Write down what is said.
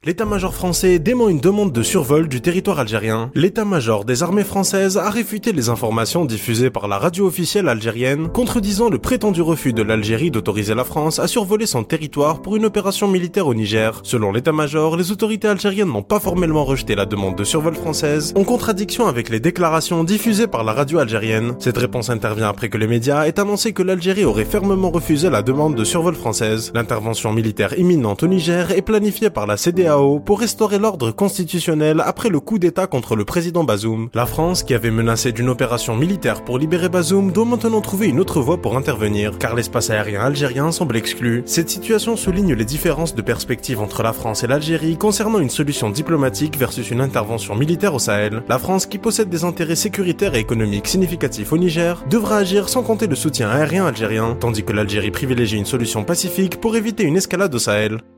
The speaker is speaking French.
L'état-major français dément une demande de survol du territoire algérien. L'état-major des armées françaises a réfuté les informations diffusées par la radio officielle algérienne, contredisant le prétendu refus de l'Algérie d'autoriser la France à survoler son territoire pour une opération militaire au Niger. Selon l'état-major, les autorités algériennes n'ont pas formellement rejeté la demande de survol française, en contradiction avec les déclarations diffusées par la radio algérienne. Cette réponse intervient après que les médias aient annoncé que l'Algérie aurait fermement refusé la demande de survol française. L'intervention militaire imminente au Niger est planifiée par la CEDEAO pour restaurer l'ordre constitutionnel après le coup d'État contre le président Bazoum. La France, qui avait menacé d'une opération militaire pour libérer Bazoum, doit maintenant trouver une autre voie pour intervenir, car l'espace aérien algérien semble exclu. Cette situation souligne les différences de perspective entre la France et l'Algérie concernant une solution diplomatique versus une intervention militaire au Sahel. La France, qui possède des intérêts sécuritaires et économiques significatifs au Niger, devra agir sans compter le soutien aérien algérien, tandis que l'Algérie privilégie une solution pacifique pour éviter une escalade au Sahel.